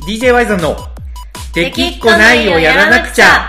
DJ ワイゾンのできっこないをやらなくちゃ。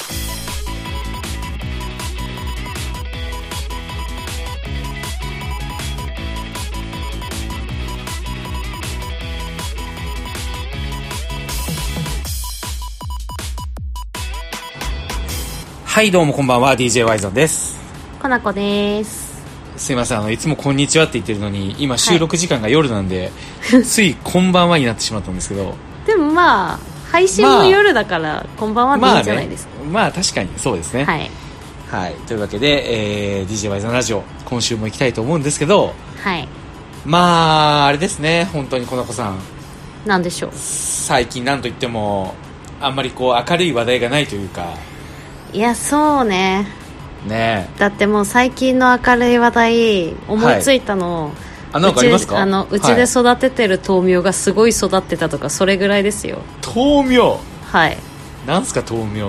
はいどうもこんばんは、 DJ ワイゾンです。 かなこです。 すいません、いつもこんにちはって言ってるのに今収録時間が夜なんで、はい、ついこんばんはになってしまったんですけどでもまあ配信も夜だから、こんばんはでいいんじゃないですか。 まあ確かにそうですね。はい、はい、というわけで、DJ ワイゾンラジオ今週も行きたいと思うんですけど、 はい、 まああれですね、本当にこなこさんなんでしょう、 最近なんといってもあんまりこう明るい話題がないというか。 いやそうね。 ねえ、 だってもう最近の明るい話題思いついたの、 はい、なんかありますか？ うちで育ててる豆苗がすごい育ってたとか、それぐらいですよ。 豆苗、 はい。 なんすか豆苗って。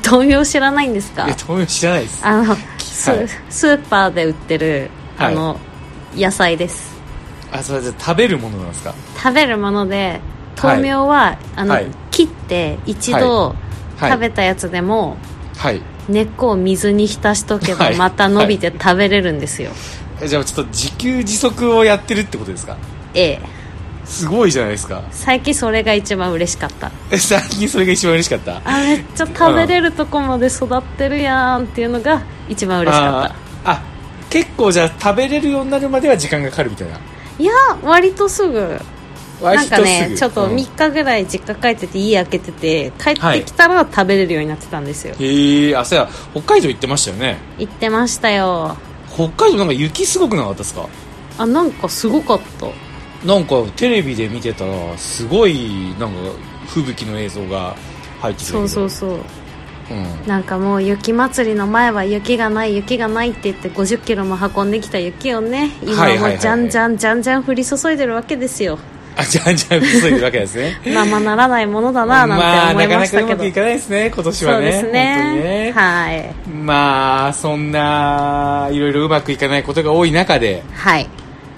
豆苗知らないんですか？ 豆苗知らないです。 はい、スーパーで売ってる野菜です。 あ、それで食べるものなんですか？ 食べるもので、豆苗は、切って一度、食べたやつでも、根っこを水に浸しとけばまた伸びて食べれるんですよ。 じゃあちょっと自給自足をやってるってことですか？ ええ、 すごいじゃないですか。 最近それが一番嬉しかった。 最近それが一番嬉しかった。 めっちゃ食べれるとこまで育ってるやんっていうのが一番嬉しかった。 あ、結構じゃあ食べれるようになるまでは時間がかかるみたいな。 いや割とすぐ。なんかね、ちょっと3日ぐらい実家帰ってて家開けてて、帰ってきたら食べれるようになってたんですよ。 へえ、そうや、北海道行ってましたよね。 行ってましたよ。 北海道なんか雪すごくなかったですか？ なんかすごかった。 なんかテレビで見てたらすごいなんか吹雪の映像が入ってたけど。 そう、なんかもう雪祭りの前は雪がないって言って50キロも運んできた雪をね、今もうじゃんじゃん降り注いでるわけですよ。 じゃんじゃん降り注いでるわけですね。 まあならないものだななんて思いましたけど、 なかなかうまくいかないですね今年はね。 そうですね、 本当にね。 はい。 まあそんないろいろうまくいかないことが多い中で、 はい、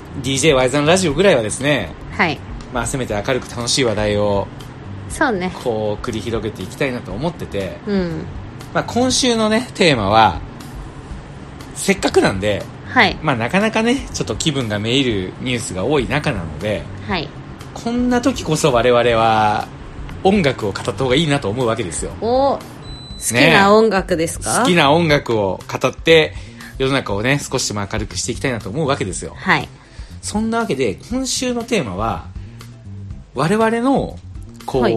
DJ ワイザンラジオぐらいはですね、 はい、 まあせめて明るく楽しい話題をそうね、 こう繰り広げていきたいなと思ってて、 まあ、 今週のねテーマはせっかくなんで、 はい、 まあなかなかねちょっと気分がめいるニュースが多い中なので、 はい、 こんな時こそ我々は音楽を語った方がいいなと思うわけですよ。 好きな音楽ですか？ 好きな音楽を語って世の中をね少しでも明るくしていきたいなと思うわけですよ。 はい。そんなわけで今週のテーマは我々のこう、はい、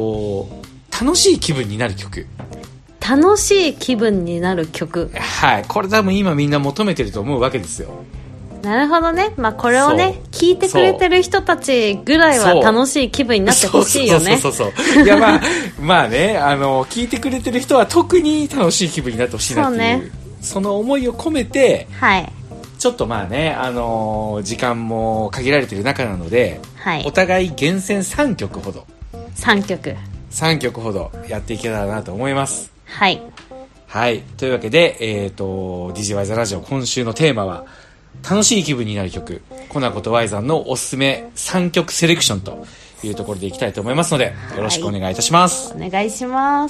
楽しい気分になる曲。 楽しい気分になる曲。 はい、これ多分今みんな求めてると思うわけですよ。 なるほどね。まあこれをね聞いてくれてる人たちぐらいは楽しい気分になってほしいよね。 そういやまあね、聞いてくれてる人は特に楽しい気分になってほしいなっていう、その思いを込めて、はい、ちょっとまあね、時間も限られてる中なので、はい、お互い厳選3曲ほど3曲ほどやっていけたらなと思います。 はいはい、というわけで、DJ ワイザンラジオ今週のテーマは楽しい気分になる曲、コナコとワイザンのおすすめ3曲セレクションというところでいきたいと思いますので、よろしくお願いいたします。 はい、お願いします。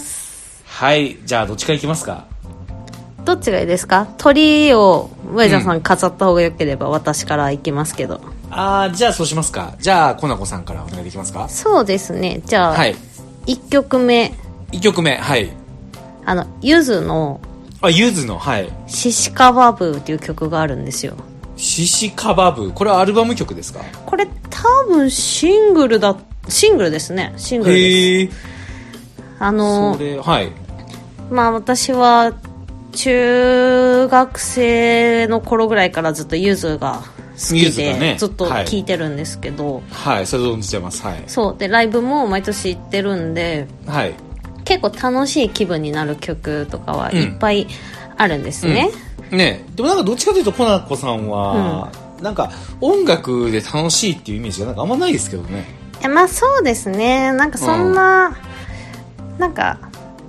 はい、 じゃあどっちからいきますか？ どっちがいいですか？鳥をワイザンさん飾った方がよければ私からいきますけど、 じゃあそうしますか。じゃあコナコさんからお願いできますか？ そうですね。じゃあ、はい、1曲目、はい、ゆずのはい、 シシカバブーっていう曲があるんですよ。 シシカバブー、これはアルバム曲ですか？ これ多分シングルですね。シングルです。それ、はい、まあ私は中学生の頃ぐらいからずっとゆずが好きで、ずっと聴いてるんですけど、 はい、それ存じてます。はい、 そうでライブも毎年行ってるんで、はい、結構楽しい気分になる曲とかはいっぱいあるんですね。 ね、でもなんかどっちかというとコナコさんは、なんか音楽で楽しいっていうイメージがなんかあんまないですけどね。 まあそうですね。なんかそんな、なんか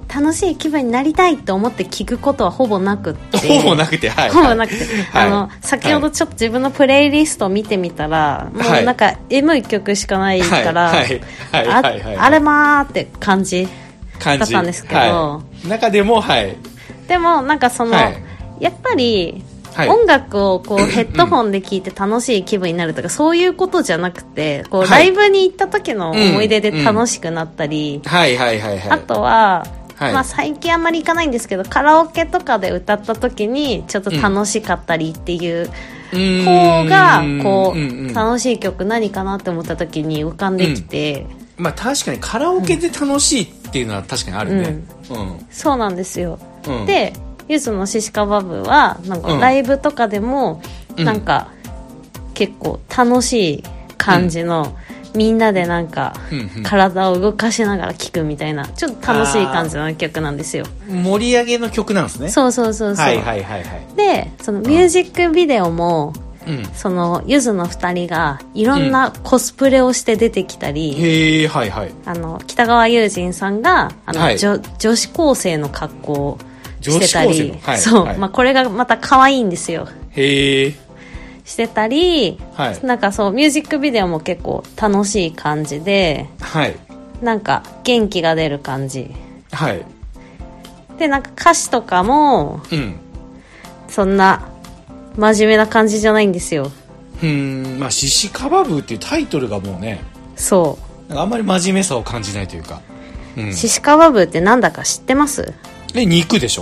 楽しい気分になりたいと思って聞くことはほぼなくてほぼなくて、はい、 ほぼなくて、はい、先ほどちょっと自分のプレイリストを見てみたら、はい、もうなんかエモい曲しかないから、あれまーって感じだったんですけど、はい、 中でも、はい、 でもなんかその、はい、やっぱり音楽をこうヘッドホンで聴いて楽しい気分になるとかそういうことじゃなくてこうライブに行った時の思い出で楽しくなったり、あとは、まあ、最近あんまり行かないんですけどカラオケとかで歌った時にちょっと楽しかったりっていう方がこう楽しい曲何かなって思った時に浮かんできて、 まあ、確かにカラオケで楽しいっていうのは確かにあるね、 そうなんですよ、でゆずのシシカバブはなんかライブとかでもなんか結構楽しい感じの、みんなでなんか体を動かしながら聴くみたいなちょっと楽しい感じの曲なんですよ。 盛り上げの曲なんですね。 そうでそのミュージックビデオも、そのゆずの2人がいろんなコスプレをして出てきたり、北川悠仁さんが女子高生の格好をしてたり、まあ、これがまた可愛いんですよ。してたり、なんかそうミュージックビデオも結構楽しい感じで、なんか元気が出る感じ、でなんか歌詞とかも、そんな真面目な感じじゃないんですよ。 まあシシカバブーっていうタイトルがもうね、なんかあんまり真面目さを感じないというか、 シシカバブーってなんだか知ってます？ 肉でしょ？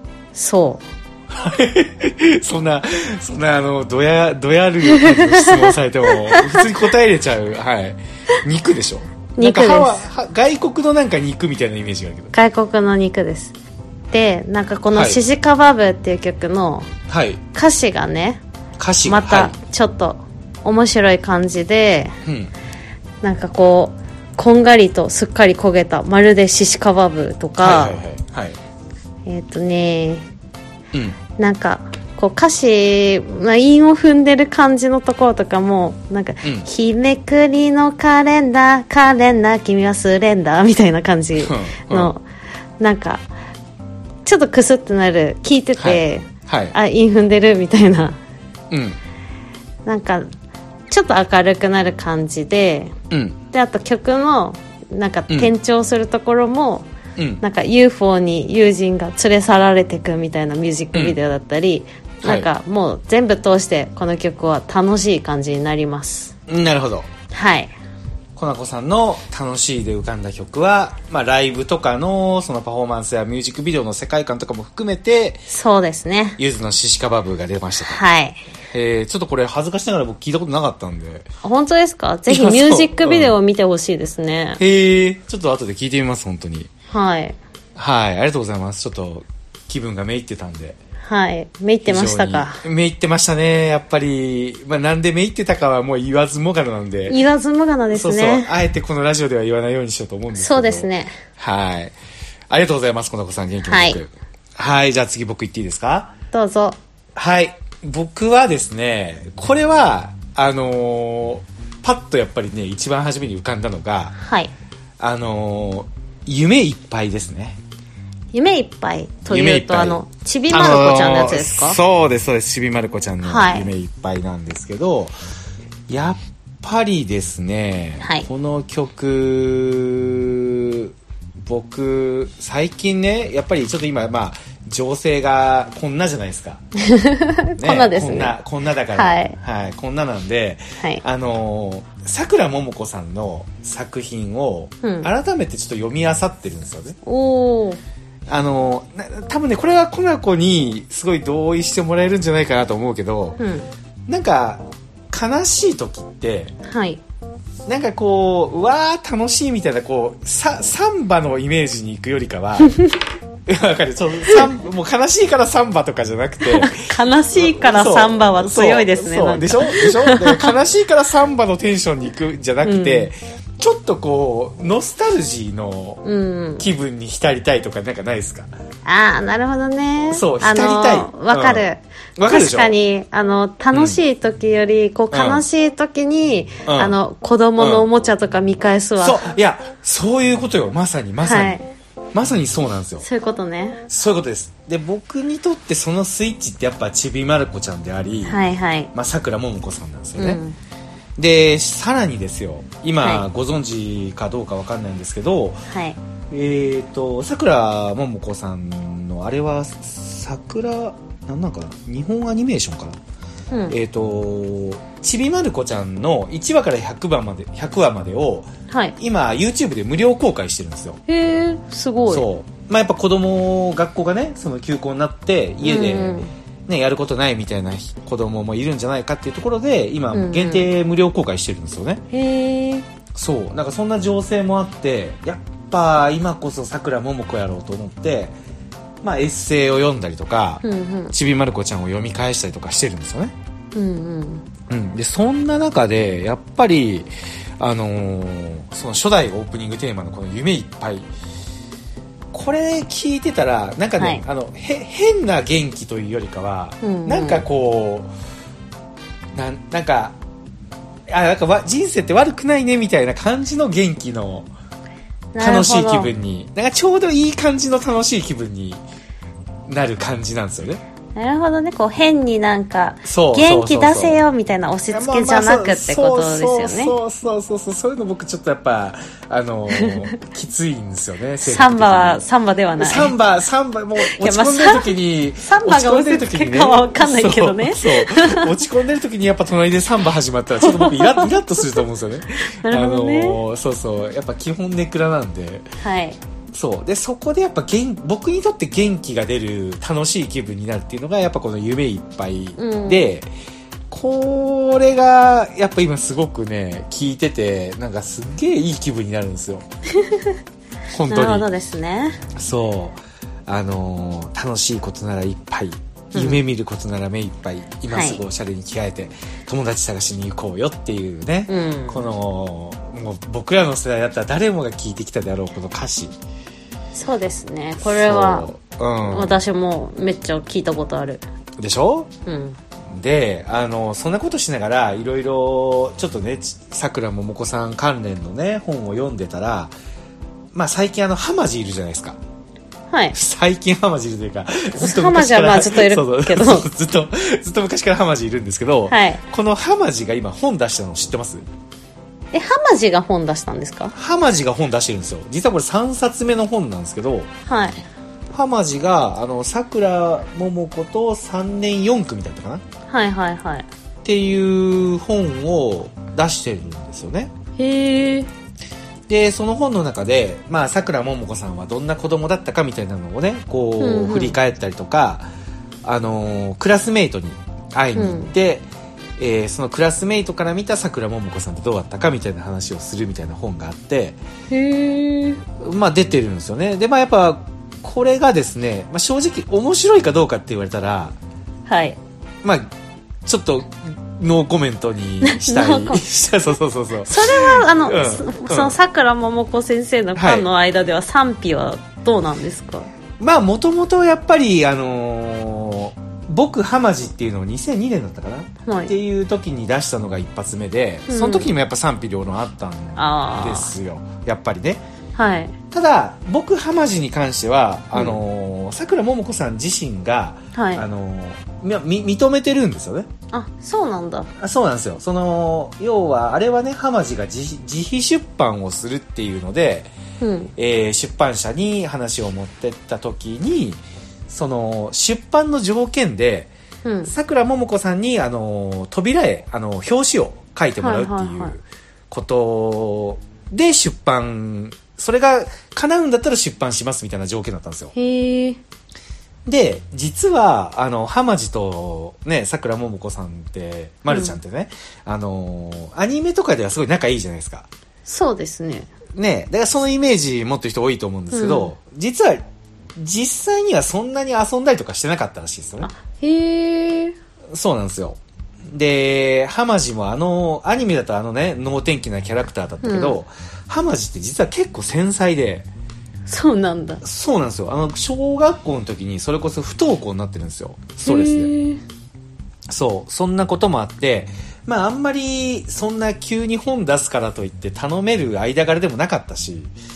そうそんなどやるような感じの質問されても普通に答えれちゃう、肉でしょ？ 肉です。 外国のなんか肉みたいなイメージがあるけど、 外国の肉です。でなんかこのシシカバブーっていう曲の歌詞がね、またちょっと面白い感じで、なんかこうこんがりとすっかり焦げたまるでシシカバブーとか、なんかこう歌詞、韻を踏んでる感じのところとかもなんか、日めくりのカレンダー君はスレンダーみたいな感じの、なんかちょっとクスってなる聞いてて、韻踏んでるみたいな、なんかちょっと明るくなる感じで、であと曲のなんか転調するところも、なんか UFO に友人が連れ去られていくみたいなミュージックビデオだったり、なんかもう全部通してこの曲は楽しい感じになります。 なるほど。コナコさんの楽しいで浮かんだ曲は、まあ、ライブとかのそのパフォーマンスやミュージックビデオの世界観とかも含めて、 そうですね、 ゆずのシシカバブーが出ました。ちょっとこれ恥ずかしながら僕聞いたことなかったんで。 本当ですか？ぜひミュージックビデオを見てほしいですね。 ちょっと後で聞いてみます。本当に。ありがとうございます。ちょっと気分がめいってたんで。 めいってましたか？ めいってましたね、やっぱり。なんでめいってたかはもう言わずもがななんで。 言わずもがなですね。 あえてこのラジオでは言わないようにしようと思うんですけど。 そうですね。 ありがとうございます、コナコさん、元気に僕。じゃあ次僕言っていいですか？ どうぞ。 僕はですね、これはパッとやっぱりね一番初めに浮かんだのが、夢いっぱいですね。夢いっぱいというとちびまる子ちゃんのやつですか？そうですちびまる子ちゃんの夢いっぱいなんですけど、やっぱりですね、この曲僕最近ねやっぱりちょっと今情勢がこんなじゃないですか。 こんなですね。 こんなだから、こんななんで、さくらももこさんの作品を改めてちょっと読み漁ってるんですよね。多分ねこれはコナコにすごい同意してもらえるんじゃないかなと思うけど、なんか悲しい時って、なんかこうわー楽しいみたいなこうサンバのイメージに行くよりかはわかる。もう悲しいからサンバとかじゃなくて悲しいからサンバは強いですね。 でしょ悲しいからサンバのテンションに行くじゃなくて、ちょっとこうノスタルジーの気分に浸りたいとかなんかないですか？ なるほどね。 浸りたい。 わかる。確かに楽しい時よりこう悲しい時に子供のおもちゃとか見返すわ。 いやそういうことよ。まさに。 まさにそうなんですよ。 そういうことね。 そういうことです。で、僕にとってそのスイッチってやっぱちびまる子ちゃんであり、 はいはい。 まあ、さくらももこさんなんですよね。で、さらにですよ、今、ご存知かどうかわかんないんですけど、 はい。 さくらももこさんのあれは桜なんかな、日本アニメーションかな、ちびまる子ちゃんの1話から100話までを、はい、今 YouTube で無料公開してるんですよ。 へえ、すごい。 そう、まあ、やっぱ学校がね、その休校になって家で、ね、やることないみたいな子供もいるんじゃないかっていうところで今限定無料公開してるんですよね。 へえ。 そう、なんかそんな情勢もあってやっぱ今こそさくらももこやろうと思って、まあ、エッセイを読んだりとか、ちびまる子ちゃんを読み返したりとかしてるんですよね。でそんな中でやっぱり、その初代オープニングテーマのこの夢いっぱい、これ聞いてたらなんかね、変な元気というよりかは、なんかこうなんか人生って悪くないねみたいな感じの元気の楽しい気分に、なんかちょうどいい感じの楽しい気分になる感じなんですよね。 なるほどね。こう変になんか元気出せよみたいな押し付けじゃなくってことですよね。 そういうの僕ちょっとやっぱきついんですよね。 サンバではない。サンバもう落ち込んでる時にサンバが押し付けかは分かんないけどね。 そう落ち込んでる時にやっぱ隣でサンバ始まったらちょっと僕イラッとすると思うんですよね。 なるほどね。 そうやっぱ基本ネクラなんで。 はい。 そうで、そこでやっぱ僕にとって元気が出る楽しい気分になるっていうのがやっぱこの夢いっぱいで、これがやっぱ今すごくね聞いててなんかすっげえいい気分になるんですよ。本当に。 なるほどですね。 そう楽しいことならいっぱい、夢見ることなら目いっぱい、今すぐおしゃれに着替えて友達探しに行こうよっていうね、このもう僕らの世代だったら誰もが聞いてきたであろうこの歌詞。 そうですね、これは、私もめっちゃ聞いたことあるでしょ。でそんなことしながらいろいろちょっとねさくらももこさん関連のね本を読んでたら、まあ最近ハマジいるじゃないですか。 はい。 最近ハマジいるというか、 ハマジはまあずっといるけどずっと昔からハマジいるんですけど、 はい、 このハマジが今本出したの知ってます？ ハマジが本出したんですか？ ハマジが本出してるんですよ。実はこれ3冊目の本なんですけど、 はい。 ハマジがさくらももこと3年4組だったかな、 はいはいはい、 っていう本を出してるんですよね。 へー。 でその本の中で、まあ、さくらももこさんはどんな子供だったかみたいなのをねこう、振り返ったりとか、クラスメイトに会いに行って、そのクラスメイトから見たさくらももこさんってどうだったかみたいな話をするみたいな本があって、 へー、 まあ、出てるんですよね。で、まあ、やっぱこれがですね、まあ、正直面白いかどうかって言われたら、 はい、 まあちょっとノーコメントにしたいそうそれはそのさくらももこ先生のファンの間では賛否はどうなんですか？ まあもともとやっぱり僕ハマジっていうのを2002年だったかな、はい、っていう時に出したのが一発目で、その時にもやっぱ賛否両論あったんですよ、やっぱりね。 はい、 ただ僕ハマジに関してはさくらももこさん自身が、はい、認めてるんですよね。 あ、そうなんだ。 そうなんですよ。要はあれはねハマジが自費出版をするっていうので、出版社に話を持ってった時にその出版の条件でさくらももこさんに扉へ表紙を書いてもらうっていうことで出版、それが叶うんだったら出版しますみたいな条件だったんですよ。 へー。 で実はハマジとねさくらももこさんってまるちゃんってね、アニメとかではすごい仲いいじゃないですか。 そうですね。 ね、だからそのイメージ持ってる人多いと思うんですけど、実は実際にはそんなに遊んだりとかしてなかったらしいですよね。 へー。 そうなんですよ。でハマジもアニメだとね能天気なキャラクターだったけど、ハマジって実は結構繊細で。 そうなんだ。 そうなんですよ。小学校の時にそれこそ不登校になってるんですよ、ストレスで。そんなこともあって、まああんまりそんな急に本出すからといって頼める間柄でもなかったし、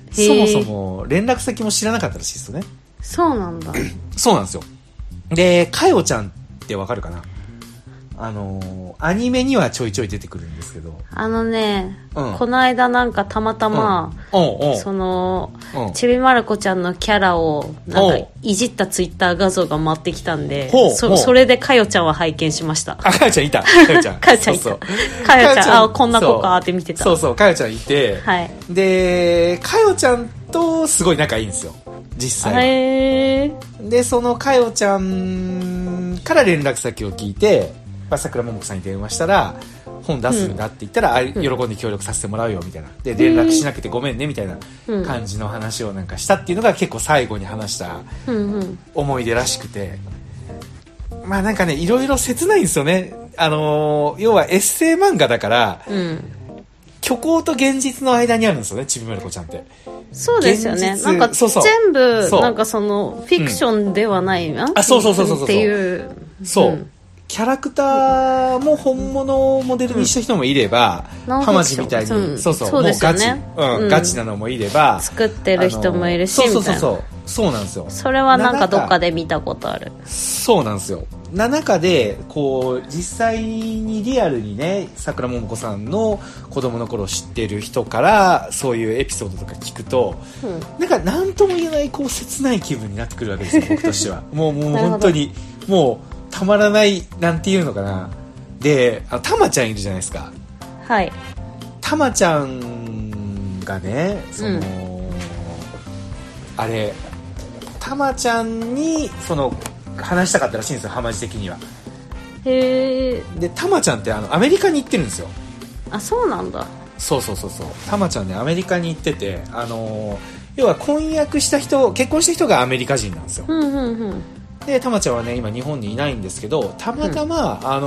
そもそも連絡先も知らなかったらしいですよね。 そうなんだ。 そうなんですよ。で、かよちゃんってわかるかな？アニメにはちょいちょい出てくるんですけど。 この間なんかたまたま、ちびまる子ちゃんのキャラを、なんか、いじったツイッター画像が回ってきたんで、それでかよちゃんは拝見しました。 あ、かよちゃんいた。かよちゃん。 かよちゃんいた。かよちゃん、あ、こんな子かって見てた。 そうそう、かよちゃんいて、はい。で、かよちゃんとすごい仲いいんですよ。実際は。で、そのかよちゃんから連絡先を聞いて、桜桃子さんに電話したら本出すんだって言ったら、喜んで協力させてもらうよみたいなで連絡しなくてごめんねみたいな感じの話をなんかしたっていうのが結構最後に話した思い出らしくて、まあなんかねいろいろ切ないんですよね。要はエッセイ漫画だから、虚構と現実の間にあるんですよね、ちびまる子ちゃんって。 そうですよね。なんか全部なんかそのフィクションではないなっていう。 そう。キャラクターも本物をモデルにした人もいれば、ハマジみたいに、もうガチ、ガチなのもいれば、 作ってる人もいるし、みたいな。 そうなんですよ。 それはなんかどっかで見たことある。 そうなんですよ。中で、こう、実際にリアルにね、桜桃子さんの子供の頃知ってる人から、そういうエピソードとか聞くと、なんか何とも言えない、こう、切ない気分になってくるわけですよ、僕としては。もう本当に、もう、たまらないなんていうのかな。で、たまちゃんいるじゃないですか。 はい。 たまちゃんがね、あれ、たまちゃんに話したかったらしいんですよ、ハマジ的には。 へえ。 で、たまちゃんってアメリカに行ってるんですよ。 あ、そうなんだ。 そうたまちゃんねアメリカに行ってて、要は婚約した人、結婚した人がアメリカ人なんですよ。でたまちゃんはね今日本にいないんですけど、たまたま、ハ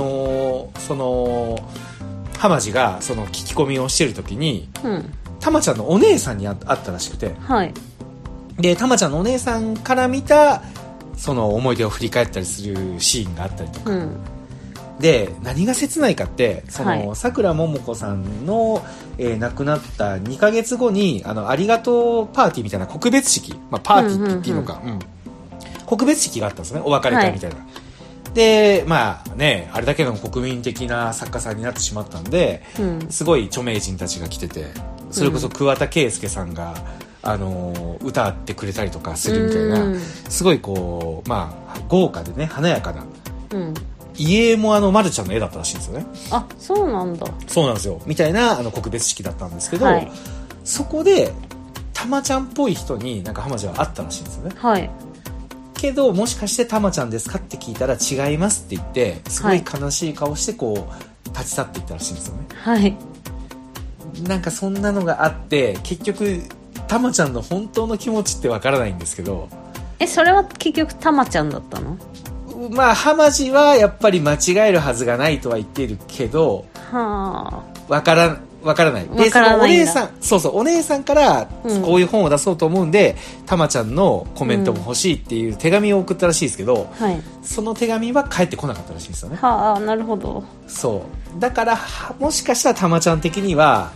マジがその聞き込みをしてる時に、たまちゃんのお姉さんに会ったらしくて、 はい、でたまちゃんのお姉さんから見たその思い出を振り返ったりするシーンがあったりとか、で何が切ないかってさくらももこさんの、亡くなった2ヶ月後にありがとうパーティーみたいな告別式、パーティーって言っていいのか、告別式があったんですね、お別れ会みたいな、でまあねあれだけの国民的な作家さんになってしまったんで、すごい著名人たちが来てて、それこそ桑田佳祐さんが歌ってくれたりとかするみたいな、すごいこう豪華でね華やかな、遺影もまるちゃんの絵だったらしいんですよね。 あ、そうなんだ。 そうなんですよ、みたいな告別式だったんですけど、そこでたまちゃんっぽい人になんか浜地は会ったらしいんですよね。けどもしかしてたまちゃんですかって聞いたら違いますって言ってすごい悲しい顔してこう立ち去っていったらしいんですよね。なんかそんなのがあって結局たまちゃんの本当の気持ちってわからないんですけど、 それは結局たまちゃんだったの？ 浜地はやっぱり間違えるはずがないとは言っているけど、わからない。で、そのお姉さん、お姉さんからこういう本を出そうと思うんで、たまちゃんのコメントも欲しいっていう手紙を送ったらしいですけど、その手紙は返ってこなかったらしいんですよね。 なるほど。 そうだからもしかしたらたまちゃん的には、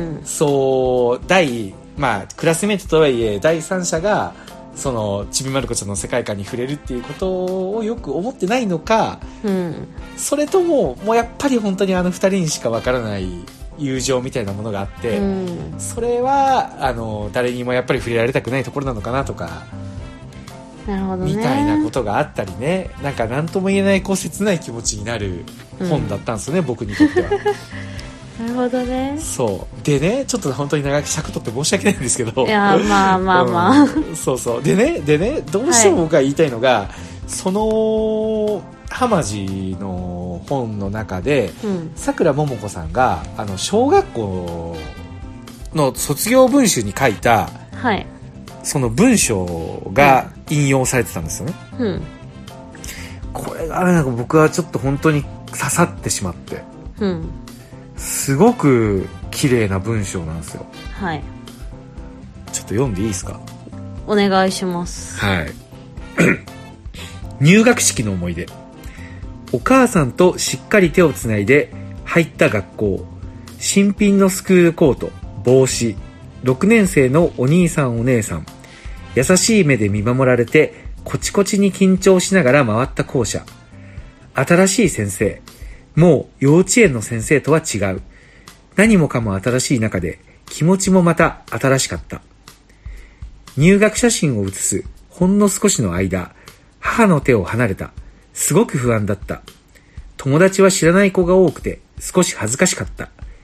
クラスメートとはいえ第三者がそのちびまる子ちゃんの世界観に触れるっていうことをよく思ってないのか、それとももうやっぱり本当に2人にしかわからない友情みたいなものがあって、それは誰にもやっぱり触れられたくないところなのかなとか、 なるほどね、 みたいなことがあったりね、なんか何とも言えないこう切ない気持ちになる本だったんですよね、僕にとっては。 なるほどね。 そうでね、ちょっと本当に長く尺取って申し訳ないんですけど、 いやでねどうしても僕が言いたいのが、その浜地の本の中でさくらももこさんが小学校の卒業文集に書いた、その文章が引用されてたんですよね。これがなんか僕はちょっと本当に刺さってしまって、すごく綺麗な文章なんですよ。ちょっと読んでいいですか？ お願いします。 入学式の思い出。お母さんとしっかり手をつないで入った学校。新品のスクールコート、帽子、 6年生のお兄さんお姉さん、優しい目で見守られてコチコチに緊張しながら回った校舎。新しい先生、もう幼稚園の先生とは違う。何もかも新しい中で気持ちもまた新しかった。入学写真を写すほんの少しの間、母の手を離れた。すごく不安だった。友達は知らない子が多くて少し恥ずかしかった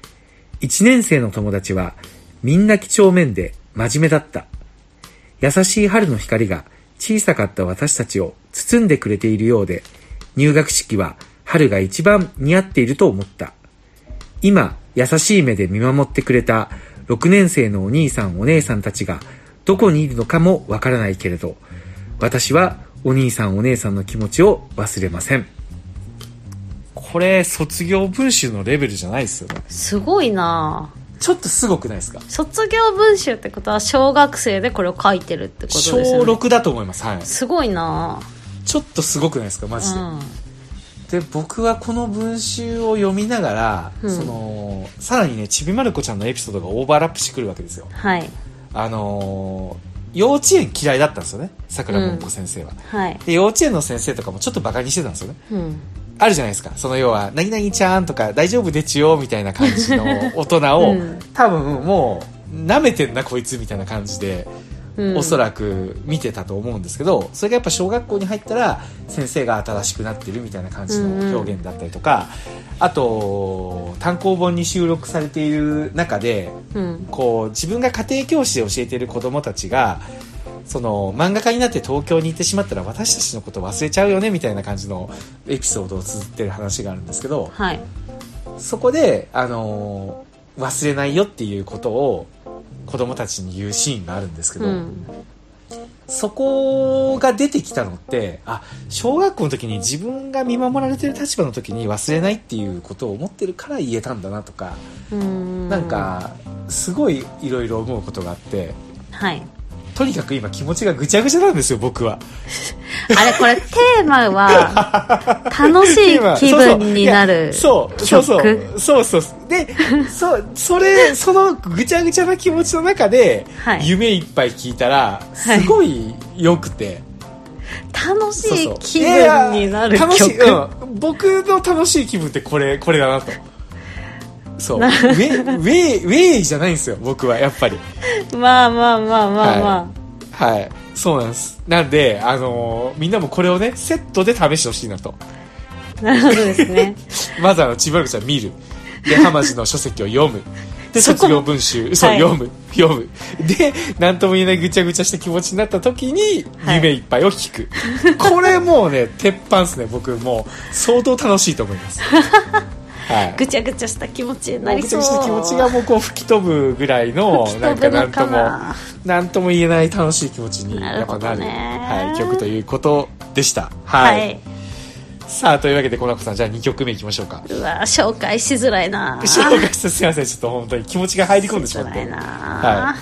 。1年生の友達はみんな几帳面で真面目だった。優しい春の光が小さかった私たちを包んでくれているようで、入学式は春が一番似合っていると思った。今、優しい目で見守ってくれた6年生のお兄さんお姉さんたちがどこにいるのかもわからないけれど、私はお兄さんお姉さんの気持ちを忘れません。これ卒業文集のレベルじゃないですよね。 すごいな。 ちょっとすごくないですか？ 卒業文集ってことは小学生でこれを書いてるってことですよね。 小6だと思います。はい。 すごいな。 ちょっとすごくないですかマジで、で僕はこの文集を読みながら、さらにねちびまる子ちゃんのエピソードがオーバーラップしてくるわけですよ。 はい。 幼稚園嫌いだったんですよね、桜もんこ先生は、 はい。 で幼稚園の先生とかもちょっとバカにしてたんですよね、あるじゃないですか、その要は何々ちゃんとか大丈夫でちよみたいな感じの大人を、多分もう舐めてんなこいつみたいな感じで、おそらく見てたと思うんですけど、それがやっぱ小学校に入ったら先生が新しくなってるみたいな感じの表現だったりとか、あと単行本に収録されている中で、こう自分が家庭教師で教えている子どもたちがその漫画家になって東京に行ってしまったら私たちのこと忘れちゃうよねみたいな感じのエピソードを綴ってる話があるんですけど、 はい、 そこで、忘れないよっていうことを子供たちに言うシーンがあるんですけど、そこが出てきたのって、小学校の時に自分が見守られてる立場の時に忘れないっていうことを思ってるから言えたんだなとか、なんかすごいいろいろ思うことがあって、 はい、 とにかく今気持ちがぐちゃぐちゃなんですよ僕は。 あれこれテーマは楽しい気分になる曲。そうでそのぐちゃぐちゃな気持ちの中で、夢いっぱい聞いたらすごい良くて、 楽しい気分になる曲。楽しい、 僕の楽しい気分ってこれだなと。そうウェイじゃないんですよ僕はやっぱり。まあはい、そうなんです。なんでみんなもこれをねセットで試してほしいなと。 なるほどですね。 まずちばるちゃん見る、で浜地の書籍を読む、で卒業文集読むで何とも言えないぐちゃぐちゃした気持ちになった時に夢いっぱいを聞く、これもうね鉄板ですね。僕もう相当楽しいと思います。はい、 ぐちゃぐちゃした気持ちになりそう。 ぐちゃぐちゃした気持ちがもうこう吹き飛ぶぐらいのなんかなんとも言えない楽しい気持ちにやっぱなる、はい、曲ということでした。はい。さあというわけでコナコさん、じゃあ2曲目いきましょうか。 うわ紹介しづらいな。 紹介してすいません、ちょっと本当に気持ちが入り込んでしまって。 はい。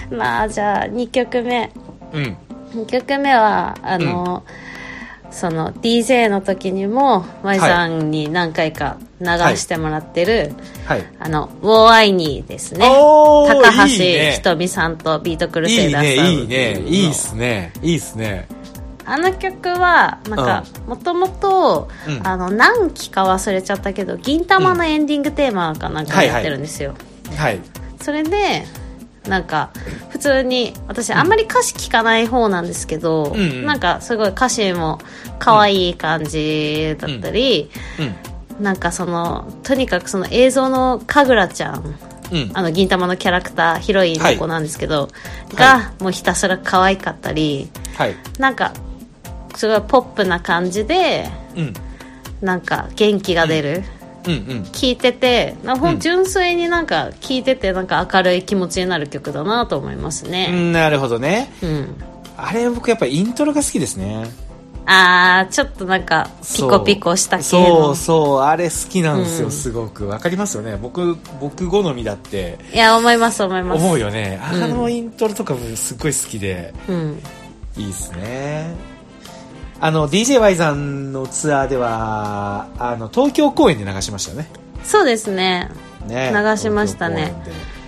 まあじゃあ2曲目。2曲目はその DJ の時にもマイさんに何回か流してもらってる、ウォーアイニーですね。高橋ひとみさんとビートクルセイダーさん。 いいっすね。 あの曲はなんかもともと何期か忘れちゃったけど銀魂のエンディングテーマかなんかやってるんですよ。それでなんか普通に私あんまり歌詞聞かない方なんですけど、なんかすごい歌詞も可愛い感じだったり、なんかとにかくその映像の神楽ちゃん、銀魂のキャラクターヒロインの子なんですけど、がもうひたすら可愛かったり、なんかすごいポップな感じで、なんか元気が出る、聞いてて純粋になんか聞いててなんか明るい気持ちになる曲だなと思いますね。 なるほどね。あれ僕やっぱイントロが好きですね。 ちょっとなんかピコピコした系の。 そうあれ好きなんですよ、すごくわかりますよね。僕好みだって。 いや思います思うよね。イントロとかもすっごい好きで、いいですね。DJY さんのツアーでは東京公演で流しましたよね。 そうですね、流しましたね。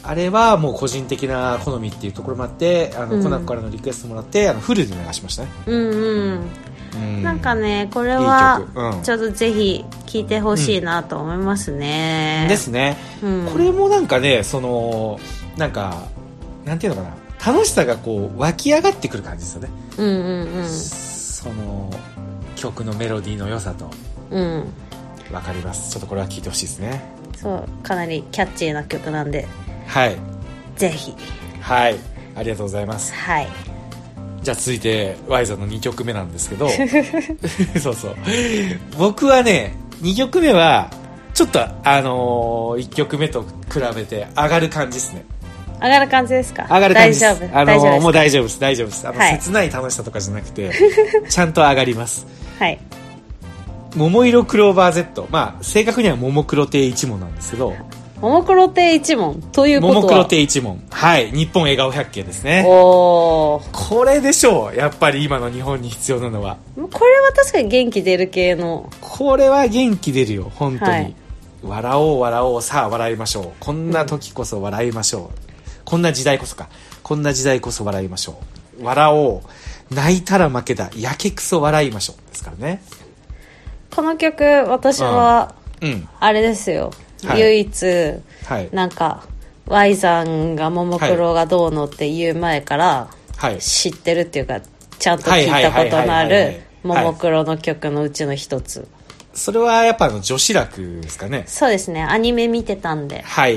あれはもう個人的な好みっていうところもあってコナコからのリクエストもらってフルで流しましたね。 なんかねこれはちょっとぜひ聴いてほしいなと思いますね。 ですね、これもなんかねなんかなんていうのかな、楽しさがこう湧き上がってくる感じですよね。その曲のメロディーの良さとわかります。ちょっとこれは聴いてほしいですね。 そうかなりキャッチーな曲なんで、 はい、 ぜひ。 はい、ありがとうございます。 はい、 じゃあ続いてワイザの2曲目なんですけどそうそう、僕はね2曲目はちょっと1曲目と比べて上がる感じですね。 上がる感じですか？ 上がる感じです。 大丈夫もう大丈夫です、大丈夫です。切ない楽しさとかじゃなくてちゃんと上がります。 はい、 桃色クローバー Z、正確には桃黒亭一門なんですけど、 桃黒亭一門ということは桃黒亭一門、はい、日本笑顔百景ですね。 これでしょう、やっぱり今の日本に必要なのは。 これは確かに元気出る系の。 これは元気出るよ本当に、はい、笑おう笑おう、さあ笑いましょう、こんな時こそ笑いましょう、こんな時代こそ笑いましょう、笑おう、泣いたら負けだ、やけくそ笑いましょうですからね。 この曲私はあれですよ、唯一、はい、なんか Y さんがももクロがどうのって言う前から知ってるっていうか、ちゃんと聞いたことのあるももクロの曲のうちの一つ。 それはやっぱ女子楽ですかね。 そうですね、アニメ見てたんで。 はい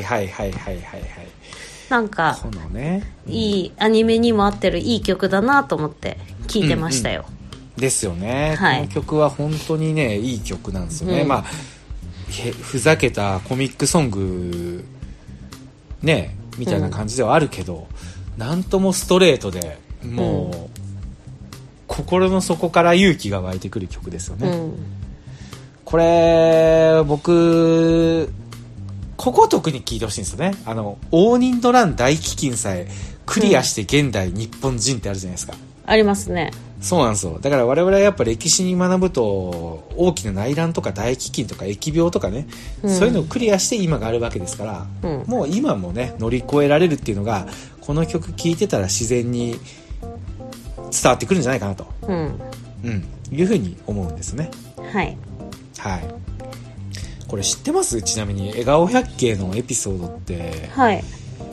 なんかこの、ね、いいアニメにも合ってるいい曲だなと思って聴いてましたよ。 ですよね、はい、この曲は本当にねいい曲なんですよね。ふざけたコミックソングねみたいな感じではあるけど、なんともストレートでもう、心の底から勇気が湧いてくる曲ですよね。これ僕ここ特に聞いてほしいんですよね。応仁の乱大飢饉さえクリアして現代日本人ってあるじゃないですか。 ありますね。 そうなんですよ。だから我々はやっぱ歴史に学ぶと大きな内乱とか大飢饉とか疫病とかね、そういうのをクリアして今があるわけですから、もう今もね乗り越えられるっていうのがこの曲聴いてたら自然に伝わってくるんじゃないかなと、いうふうに思うんですね。 はいはい。これ知ってます？ちなみに笑顔百景のエピソードって、 はい、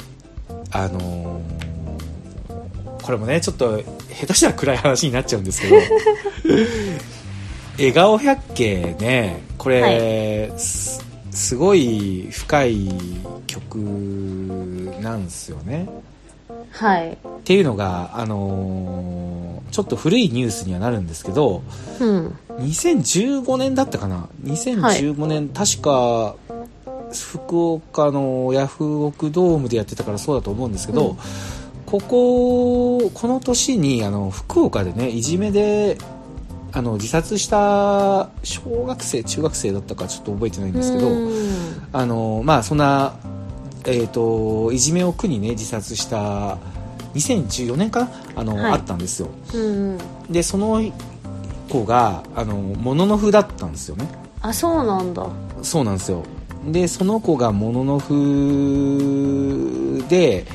これもねちょっと下手したら暗い話になっちゃうんですけど笑顔百景ね、これ、はい、すごい深い曲なんですよね。 はい。 っていうのがちょっと古いニュースにはなるんですけど、2015年だったかな、2015年、確か福岡のヤフオクドームでやってたからそうだと思うんですけど、この年に福岡でねいじめで自殺した小学生中学生だったかちょっと覚えてないんですけど、そんないじめを苦にね自殺した2014年かなあったんですよ。でその子がモノノフだったんですよね。 あ、そうなんだ。 そうなんですよ。でその子がモノノフで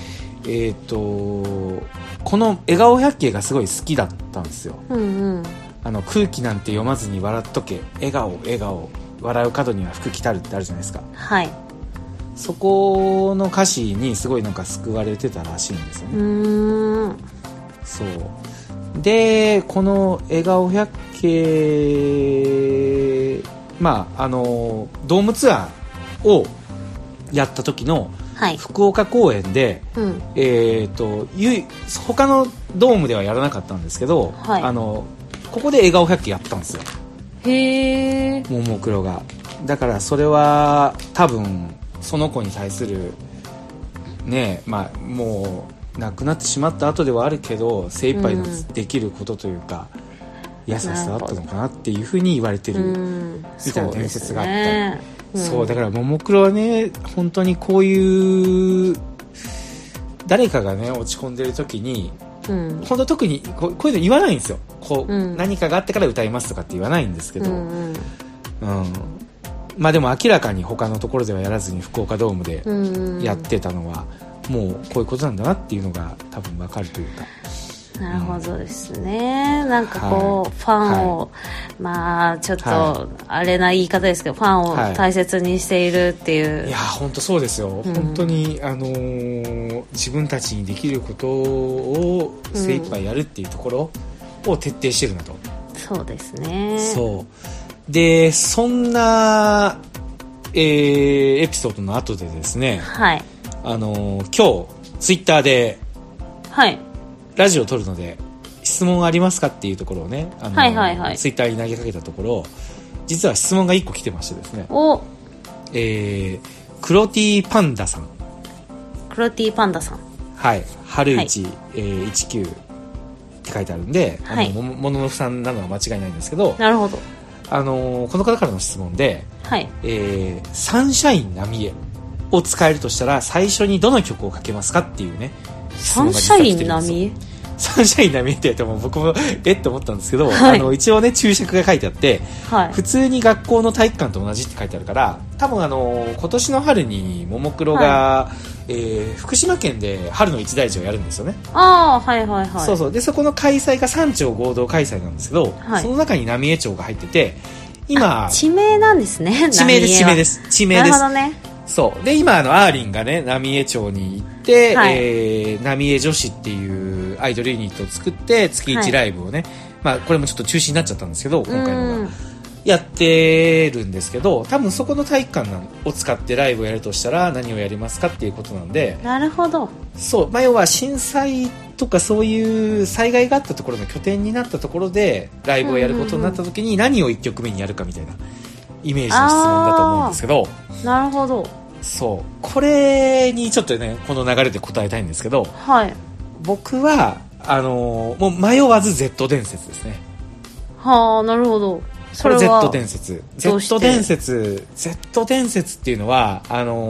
この笑顔百景がすごい好きだったんですよ。空気なんて読まずに笑っとけ、笑顔笑顔、笑う角には福来たるってあるじゃないですか。はい。そこの歌詞にすごいなんか救われてたらしいんですよね。そうでこの笑顔百景ドームツアーをやった時の福岡公演で、他のドームではやらなかったんですけど、ここで笑顔百景やったんですよ。へー。ももクロが。だからそれは多分その子に対するね、もう亡くなってしまった後ではあるけど精一杯のできることというか、優しさだったのかなっていうふうに言われてるみたいな伝説があったり、そうだからももクロはね本当にこういう誰かがね落ち込んでる時に、本当特にこういうの言わないんですよ。何かがあってから歌いますとかって言わないんですけど、でも明らかに他のところではやらずに福岡ドームでやってたのは、 もうこういうことなんだなっていうのが多分分かるというか。 なるほどですね。なんかこう、ファンを、まあちょっとあれな言い方ですけど、ファンを大切にしているっていう。 いや本当そうですよ。本当に自分たちにできることを精一杯やるっていうところを徹底してるなと。 そうですね。 そうで、そんな、エピソードの後でですね、 はい、 今日ツイッターで、 はい、 ラジオを撮るので質問ありますかっていうところをね、 はいはいはい、 ツイッターに投げかけたところ、実は質問が1個来てましてですね、クロティパンダさん、はい、春一、19って書いてあるんで、はい、もののふさんなのは間違いないんですけど、 なるほど。 この方からの質問で、 はい、 サンシャイン浪江を使えるとしたら最初にどの曲をかけますかっていうね、 サンシャイン浪江、 サンシャイン浪江って言っても僕もって思ったんですけど、はい、一応ね注釈が書いてあって、はい、普通に学校の体育館と同じって書いてあるから、多分今年の春にももクロが、はい、福島県で春の一大事をやるんですよね。 ああ、はいはいはい。 そうそう。でそこの開催が3町合同開催なんですけど、はい、その中に浪江町が入ってて、今地名なんですね。 地名です地名です。 なるほどね。 そうで、今アーリンがね浪江町に行って、はい、浪江女子っていうアイドルユニットを作って月1ライブをね、はい、まあこれもちょっと中止になっちゃったんですけど、今回のがやってるんですけど、多分そこの体育館を使ってライブをやるとしたら何をやりますかっていうことなんで。 なるほど。 そう、まあ、要は震災とかそういう災害があったところの拠点になったところでライブをやることになった時に何を1曲目にやるかみたいなイメージの質問だと思うんですけど。 なるほど。 そう、これにちょっとねこの流れで答えたいんですけど、 はい、 僕はもう迷わず Z 伝説ですね。 はあ、なるほど。 これ Z 伝説っていうのは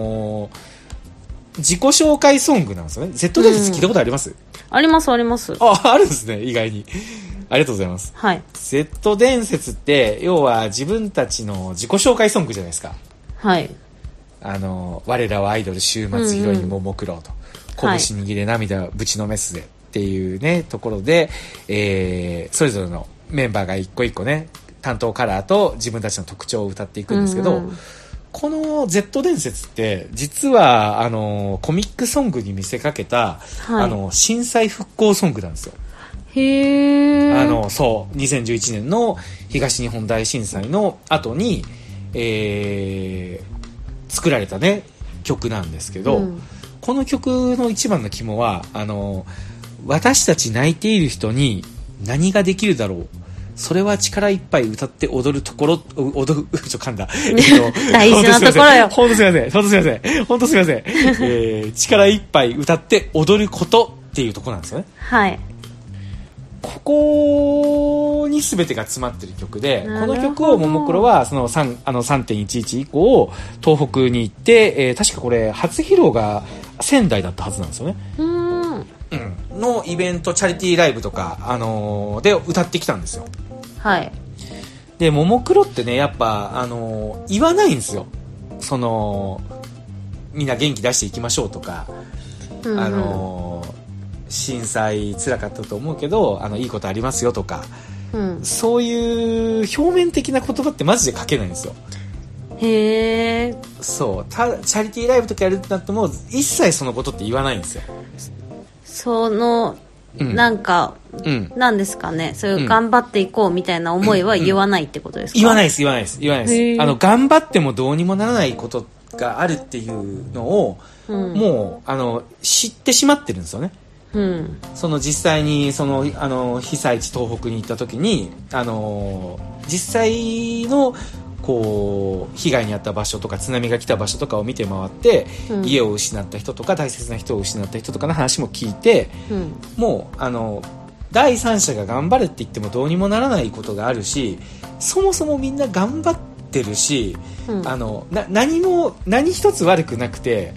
自己紹介ソングなんですよね。 Z 伝説聞いたことあります？ ありますあります。 あるんですね、意外に。ありがとうございます。 はい。 Z 伝説って要は自分たちの自己紹介ソングじゃないですか。 はい。 我らはアイドル週末ヒロインももクロと、拳握れ涙ぶちのめすでっていうねところで、それぞれのメンバーが一個一個ね担当カラーと自分たちの特徴を歌っていくんですけど、この Z 伝説って実はコミックソングに見せかけた、はい、震災復興ソングなんですよ。 へー。 そう2011年の東日本大震災の後に、作られたね曲なんですけど、この曲の一番の肝は私たち泣いている人に何ができるだろう、それは力いっぱい歌って踊るところ、噛んだ。 大事なところよ。 本当すいません。力いっぱい歌って踊ることっていうところなんですよね。 はい。 ここに全てが詰まってる曲で、この曲をももクロはその 3.11 以降東北に行って、確かこれ初披露が仙台だったはずなんですよね。のイベントチャリティーライブとか、で歌ってきたんですよ。 はい。 でももクロってねやっぱ言わないんですよ。みんな元気出していきましょうとか、震災辛かったと思うけどいいことありますよとか、そういう表面的な言葉ってマジで書けないんですよ。 へー。 そうチャリティーライブとかやるってなっても一切そのことって言わないんですよ。 なんか、なんですかね、そういう頑張っていこうみたいな思いは言わないってことですか？ 言わないです。頑張ってもどうにもならないことがあるっていうのを、もう知ってしまってるんですよね。実際に被災地東北に行った時に実際のこう被害に遭った場所とか津波が来た場所とかを見て回って、家を失った人とか大切な人を失った人とかの話も聞いて、もう第三者が頑張れって言ってもどうにもならないことがあるし、そもそもみんな頑張ってるし、何一つ悪くなくて、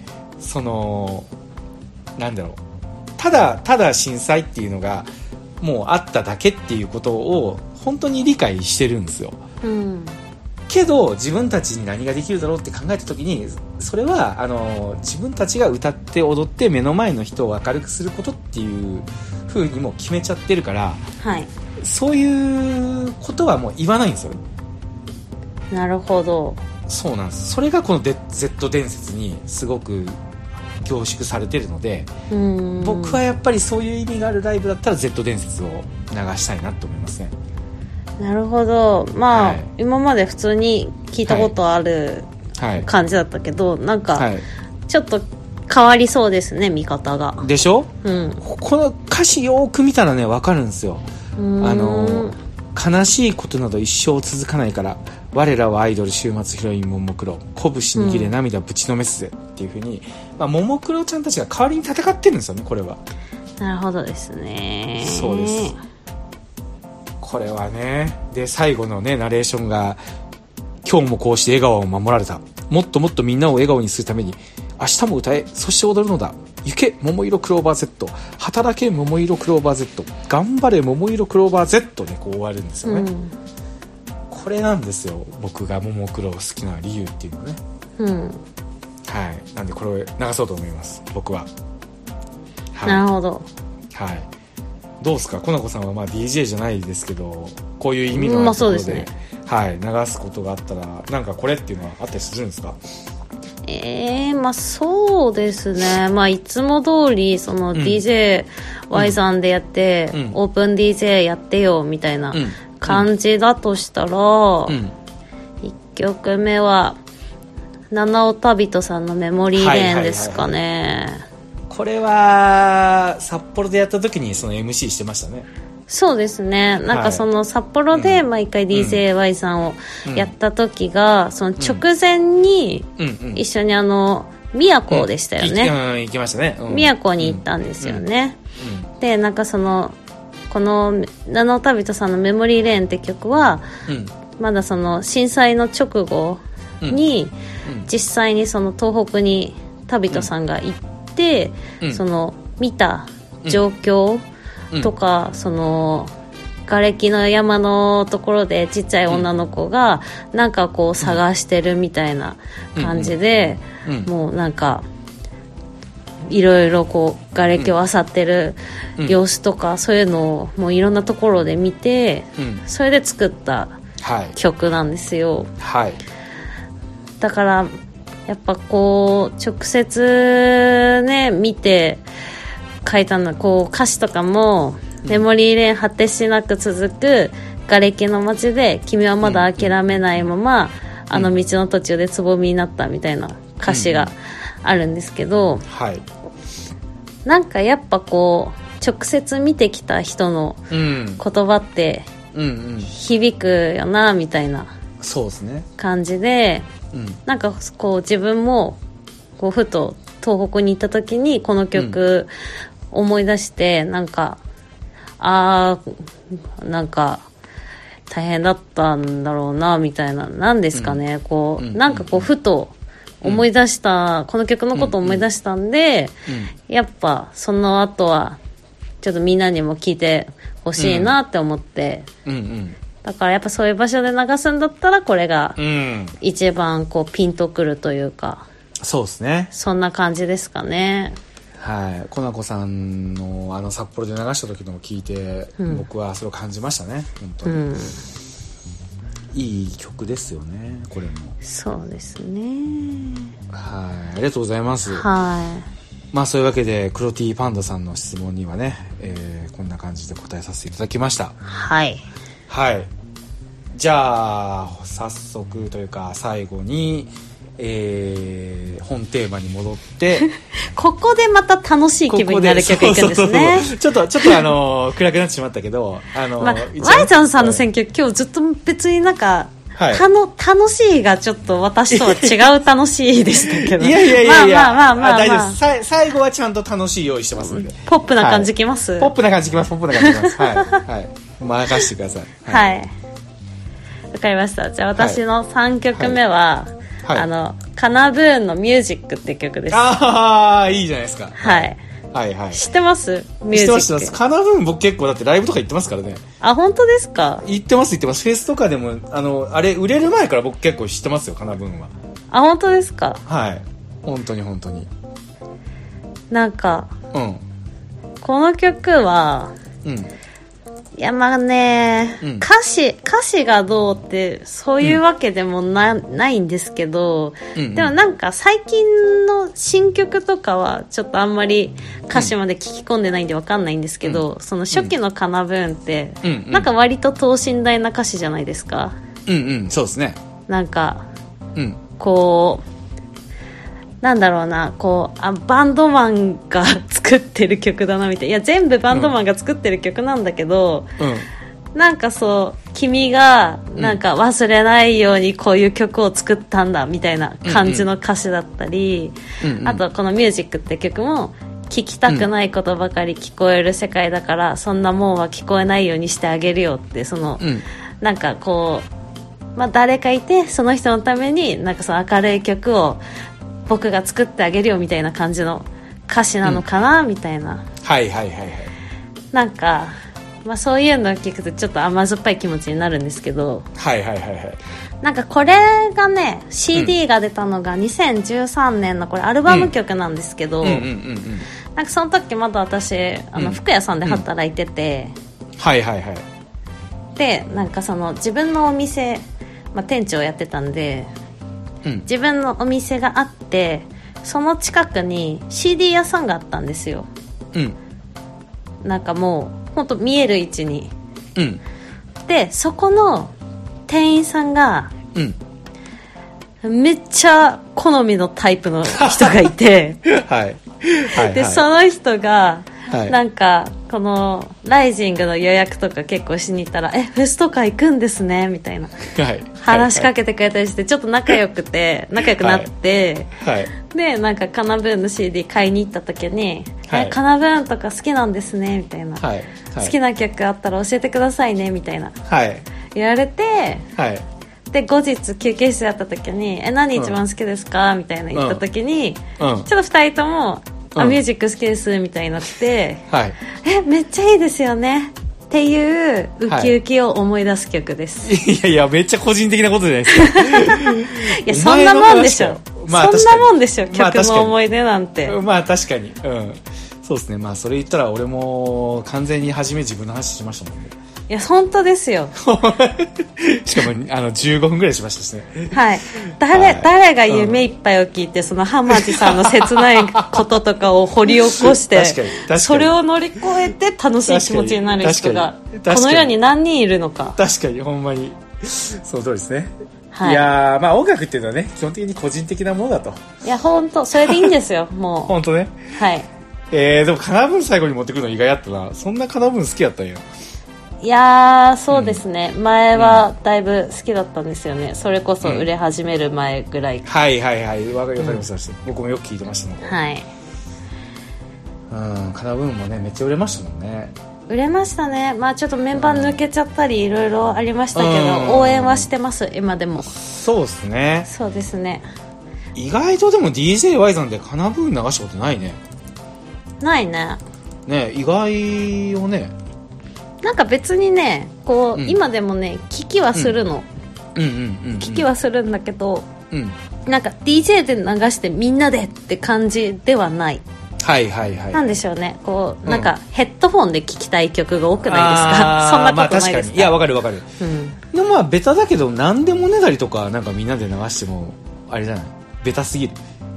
なんだろう、ただ震災っていうのがもうあっただけっていうことを本当に理解してるんですよ。 けど自分たちに何ができるだろうって考えた時に、それは自分たちが歌って踊って目の前の人を明るくすることっていう風にもう決めちゃってるから、はい、そういうことはもう言わないんですよね。 なるほど。 そうなんです。それがこの Z 伝説にすごく凝縮されてるので、僕はやっぱりそういう意味があるライブだったら Z 伝説を流したいなと思いますね。 なるほど。まあ、はい、今まで普通に聞いたことある感じだったけど、なんかちょっと変わりそうですね、見方が。 でしょ、この歌詞よく見たらね分かるんですよ。悲しいことなど一生続かないから我らはアイドル週末ヒロインももクロ拳握れ涙ぶちのめすぜっていう風に、ももクロちゃんたちが代わりに戦ってるんですよね、これは。 なるほどですね。 そうです。これはね。で最後のねナレーションが、今日もこうして笑顔を守られた、もっともっとみんなを笑顔にするために明日も歌え、そして踊るのだ、行け桃色クローバー Z、 働け桃色クローバー Z、 頑張れ桃色クローバー Z でこう終わるんですよね、これなんですよ、僕がももクロを好きな理由っていうのはね、はい、なんでこれを流そうと思います、僕は。 はい、なるほど。 はい、どうですか、コナコさんはまあ DJ じゃないですけど、こういう意味のあるところで、はい、流すことがあったら、なんかこれっていうのはあったりするんですか？ まあそうですね、まあいつも通りその DJ、Y さんでやって、オープン DJ やってよみたいな感じだとしたら、1曲目は七尾旅人さんのメモリーレーンですかね。 これは札幌でやった時にその MC してましたね。 そうですね、なんかその札幌で毎回 DJY さんをやった時が、その直前に一緒に宮古でしたよね、 行きましたね、 宮古に行ったんですよね、でなんかこの七尾旅人さんのメモリーレーンって曲は、まだその震災の直後に、実際にその東北に旅人さんが行って、その見た状況とか、その瓦礫の山のところでちっちゃい女の子がなんかこう探してるみたいな感じで、もうなんかいろいろこう瓦礫を漁ってる様子とか、そういうのをもういろんなところで見て、それで作った曲なんですよ、だからやっぱこう直接ね見て書いたの、こう歌詞とかも、メモリーレーン果てしなく続く瓦礫の街で君はまだ諦めないまま、あの道の途中でつぼみになったみたいな歌詞があるんですけど、なんかやっぱこう直接見てきた人の言葉って響くよなみたいな感じで、なんかこう自分もこうふと東北に行った時にこの曲思い出して、なんかなんか大変だったんだろうなみたいな、なんですかね、こうなんかこうふと思い出した、この曲のことを思い出したんで、やっぱその後はちょっとみんなにも聴いてほしいなって思って、だからやっぱそういう場所で流すんだったらこれが一番こうピンとくるというか、 そうですね、 そんな感じですかね。 はい、コナコさんの札幌で流した時のを聞いて、僕はそれを感じましたね、本当に、いい曲ですよね、これも。そうですね、はい、ありがとうございます。まあそういうわけでクロティパンダさんの質問にはね、こんな感じで答えさせていただきました。はい、じゃあ早速というか最後に本テーマに戻ってここでまた楽しい気分になる曲いくんですね。 ちょっと暗くなってしまったけど、 Yちゃんさんの選曲、今日ずっと別になんか、楽しいがちょっと私とは違う楽しいでしたけどいや大丈夫です。最後はちゃんと楽しい用意してますんで、 ポップな感じきます、 ポップな感じきます、任せてください。 わかりました。じゃあ私の3曲目は、カナブーンのミュージックって曲です。 いいじゃないですか。 はいはい。 知ってます？ミュージック。 知ってます。カナブーン僕結構だってライブとか行ってますからね。 あ、本当ですか？ 行ってます。フェスとかでも、あれ売れる前から僕結構知ってますよ、カナブーンは。 あ、本当ですか？ はい。本当に本当に。 なんか、 うん。 この曲は、 うん。 いやまあね、 うん、 歌詞がどうってそういうわけでもないんですけど、 うんうん、 でもなんか最近の新曲とかはちょっとあんまり歌詞まで聞き込んでないんでわかんないんですけど、その初期のカナブーンって、なんか割と等身大な歌詞じゃないですか。 そうですね。 なんか、こうなんだろうな、こうバンドマンが作ってる曲だなみたいな。いや全部バンドマンが作ってる曲なんだけど、なんかそう君がなんか忘れないようにこういう曲を作ったんだみたいな感じの歌詞だったり、あとこのミュージックって曲も聞きたくないことばかり聞こえる世界だから、そんなもんは聞こえないようにしてあげるよって、その、なんかこう、まあ、誰かいてその人のためになんかその明るい曲を僕が作ってあげるよみたいな感じの歌詞なのかな、みたいな。 はいはいはいはい。 なんか、まあ、そういうのを聞くとちょっと甘酸っぱい気持ちになるんですけど、 はいはいはいはい。 なんかこれがね CD が出たのが2013年のこれアルバム曲なんですけど、なんかその時まだ私服屋さんで働いてて、 はいはいはい。 でなんかその自分のお店、まあ、店長やってたんで、自分のお店があってその近くに CD 屋さんがあったんですよ。なんかもうほんと見える位置に、でそこの店員さんが、めっちゃ好みのタイプの人がいてでその人が、なんかこのライジングの予約とか結構しに行ったらフェスとか行くんですねみたいな、話しかけてくれたりしてちょっと仲良くなって、でなんかカナブーンの CD 買いに行った時に、カナブーンとか好きなんですねみたいな、好きな曲あったら教えてくださいねみたいな、言われて、で後日休憩室やった時に何一番好きですかみたいな言った時に、ちょっと2人ともミュージック好きですみたいになって、めっちゃいいですよねっていうウキウキを思い出す曲です、 いやいやめっちゃ個人的なことじゃないですかいやそんなもんでしょ、そんなもんでしょ、曲の思い出なんて。 まあ確かに、そうですね。まあそれ言ったら俺も完全に初め自分の話しましたもんね。 いや本当ですよしかも15分ぐらいしましたしね。 誰が夢いっぱいを聞いてその浜地さんの切ないこととかを掘り起こしてそれを乗り越えて楽しい気持ちになる人がこの世に何人いるのか。 確かにほんまにその通りですね。いやまあ音楽っていうのはね基本的に個人的なものだと。 いや本当それでいいんですよもう本当ね。でもカナブーン最後に持ってくるの意外だったな。そんなカナブーン好きだったんや。 いやそうですね、前はだいぶ好きだったんですよね、それこそ売れ始める前ぐらい、わかりました、僕もよく聞いてましたね。カナブーンもねめっちゃ売れましたもんね。 売れましたね。まあちょっとメンバー抜けちゃったりいろいろありましたけど、応援はしてます今でも。 そうですね。 そうですね。 意外とでも DJY さんでカナブーン流したことないね。 ないね。 意外よね。 なんか別にねこう、今でもね聞きはするの、聞きはするんだけど、なんか DJ で流してみんなでって感じではない。なんでしょうね、こうなんかヘッドホンで聴きたい曲が多くないですか。そんなことないですか。 いやわかる、でもまあベタだけど何でもねだりとかなんかみんなで流してもあれじゃない、ベタすぎる。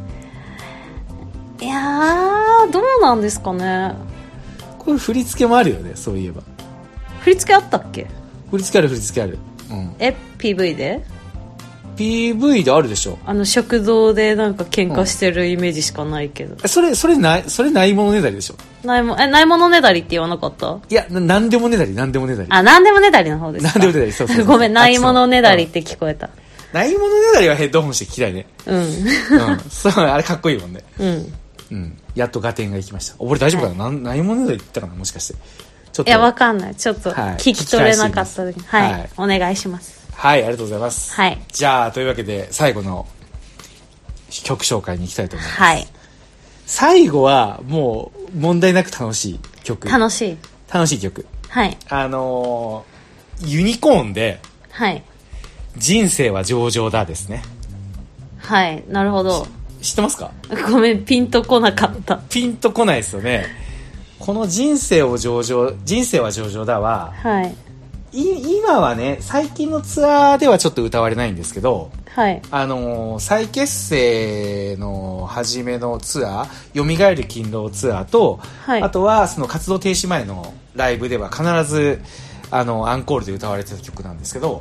いやどうなんですかね。 これ振り付けもあるよね、そういえば。 振り付けあったっけ。 振り付けある、 PV で PV であるでしょ。 食堂でなんか喧嘩してるイメージしかないけど、 それないものねだりでしょ。 ないものねだりって言わなかった。 いやなんでもねだり。なんでもねだりの方ですか。なんでもねだり、そうごめん、ないものねだりって聞こえた。 ないものねだりはヘッドホンして聞きたいね。そうあれかっこいいもんね。やっと合点がいきました。俺大丈夫かな、ないものねだり言ったかな、もしかして。 いやわかんない、ちょっと聞き取れなかった時に、お願いします。 ありがとうございます。じゃあというわけで最後の曲紹介に行きたいと思います。最後はも問題なく楽しい曲。 楽しい曲。 はい。 ユニコーンで、 はい。 人生は上々だですね。 はい、なるほど。 知ってますか？ ごめん、ピンとこなかった。 ピンとこないですよね。この人生は上々だは、 はい。 今はね、最近のツアーではちょっと歌われないんですけど、 はい。 再結成の初めのツアー、蘇る勤労ツアーと、はい、あとはその活動停止前のライブでは必ずアンコールで歌われてた曲なんですけど、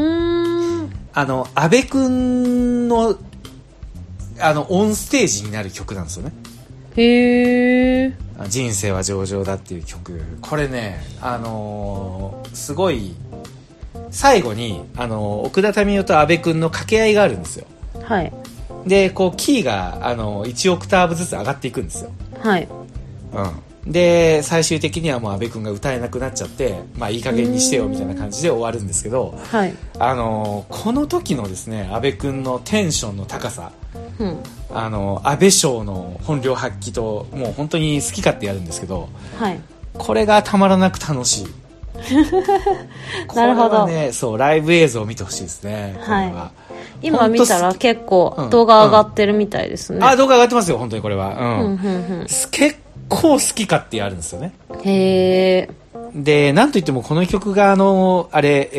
阿部くんのオンステージになる曲なんですよね。 へー。 人生は上々だっていう曲。これね、すごい最後に奥田民生と阿部くんの掛け合いがあるんですよ。 はい。 でこうキーが1オクターブずつ上がっていくんですよ。 はい。 うん。で最終的にはもう阿部くんが歌えなくなっちゃって、まあいい加減にしてよみたいな感じで終わるんですけど、 はい。 この時のですね、阿部くんのテンションの高さ、 うん、 阿部賞の本領発揮と、もう本当に好き勝手やるんですけど、 はい、 これがたまらなく楽しい。 なるほど。 これはね、そうライブ映像を見てほしいですね。これは、 はい、今見たら結構動画上がってるみたいですね。 動画上がってますよ、本当にこれは。結構好き勝手やるんですよね。 へー。 で、なんといってもこの曲が同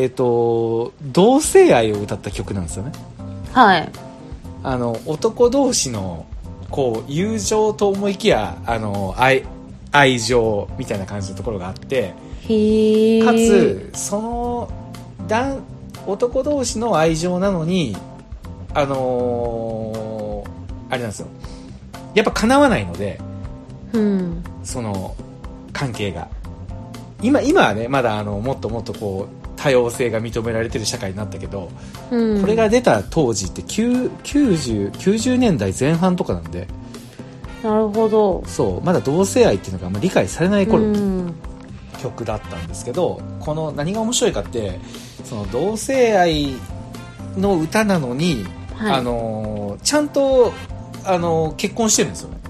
性愛を歌った曲なんですよね。 はい。 男同士のこう友情と思いきや愛情みたいな感じのところがあって、 へかつその男同士の愛情なのにあれなんですよ、やっぱ叶わないので、 うん、 その関係が今はねまだもっともっとこう多様性が認められてる社会になったけど、これが出た当時って90年代前半とかなんで。 なるほど。 そうまだ同性愛っていうのがあんまり理解されない頃の曲だったんですけど、この何が面白いかって、その同性愛の歌なのに、はい、ちゃんと結婚してるんですよね。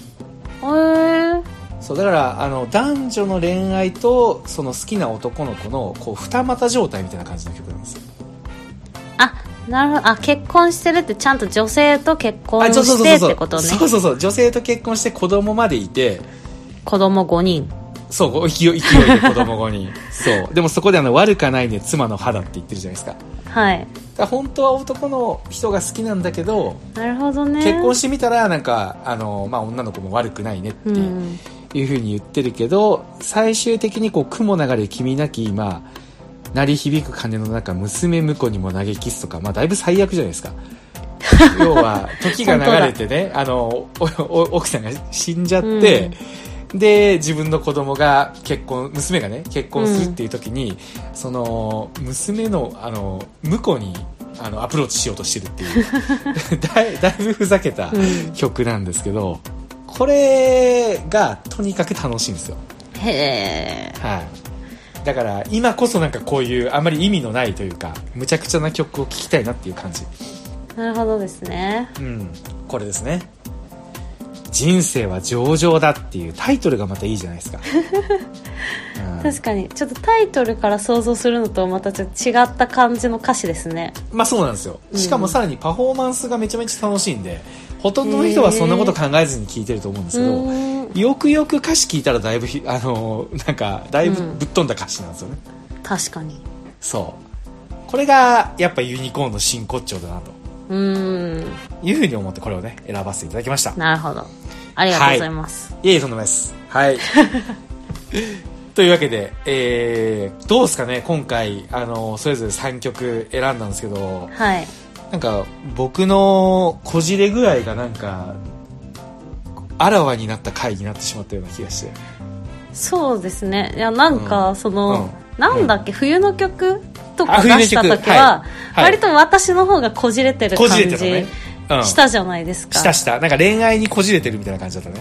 そうだから男女の恋愛とその好きな男の子のこう二股状態みたいな感じの曲なんですよ。 なるほど。結婚してるってちゃんと女性と結婚してってことね。 そう女性と結婚して子供までいて、 子供5人。 そう勢いで子供5人そうでもそこで悪かないね妻の肌って言ってるじゃないですか。 はい。 だから本当は男の人が好きなんだけど、 なるほどね。 結婚してみたらなんか女の子も悪くないねっていう風に言ってるけど、最終的にこう雲流れ君なき鳴り響く鐘の中娘婿にも嘆きすとか、だいぶ最悪じゃないですか。要は時が流れてね奥さんが死んじゃって、で自分の子供が娘がね結婚するっていう時に、その娘の婿にアプローチしようとしてるっていうだいぶふざけた曲なんですけど、これがとにかく楽しいんですよ。 へー。 はい。だから今こそなんかこういうあまり意味のないというかむちゃくちゃな曲を聴きたいなっていう感じ。 なるほどですね。 これですね。人生は上々だっていうタイトルがまたいいじゃないですか。 確かにちょっとタイトルから想像するのとまたちょっと違った感じの歌詞ですね。 そうなんですよ。しかもさらにパフォーマンスがめちゃめちゃ楽しいんで、ほとんどの人はそんなこと考えずに聴いてると思うんですけど、よくよく歌詞聞いたらだいぶなんかだいぶぶっ飛んだ歌詞なんですよね。 確かに。 そうこれがやっぱユニコーンの真骨頂だなというふうに思ってこれをね選ばせていただきました。 なるほど、ありがとうございます。 はい、いえいえとんでもないです。はいというわけで、どうですかね今回それぞれ3曲選んだんですけど、 はい、 なんか僕のこじれ具合がなんかあらわになった回になってしまったような気がして。 そうですね。いやなんかなんだっけ、冬の曲とか出した時は、割と私の方がこじれてる感じしたじゃないですか。 したなんか恋愛にこじれてるみたいな感じだったね。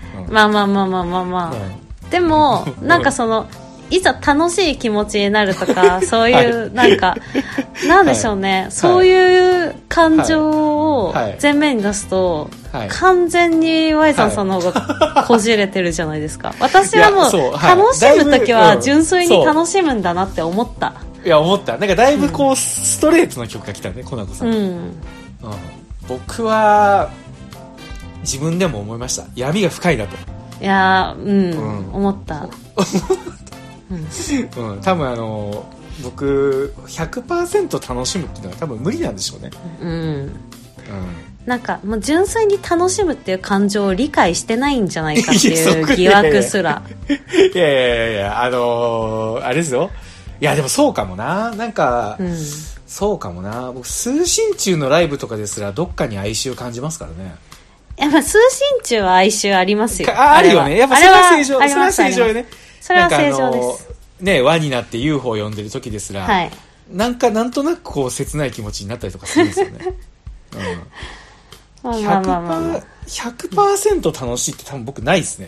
でもなんかいざ楽しい気持ちになるとかそういうなんかなんでしょうね、そういう感情を前面に出すと完全に Y さんさんの方がこじれてるじゃないですか。私はもう楽しむときは純粋に楽しむんだなって思った。 いや思った。なんかだいぶこうストレートな曲が来たね、コナコさん。僕は自分でも思いました。闇が深いなと。 いや思った。 多分僕 100% 楽しむっていうのは多分無理なんでしょうね。 なんかもう純粋に楽しむっていう感情を理解してないんじゃないかっていう疑惑すら。 いやあれですよ。いやでもそうかもな。なんか、そうかもな。僕通信中のライブとかですらどっかに哀愁感じますからね。 やっぱ通信中は哀愁ありますよ。 あるよね。やっぱそれは正常。それは正常よね。 それは正常です。 ね、輪になって UFO を呼んでる時ですら、なんとなくこう切ない気持ちになったりとかするんですよね。100% 楽しいって多分僕ないですね。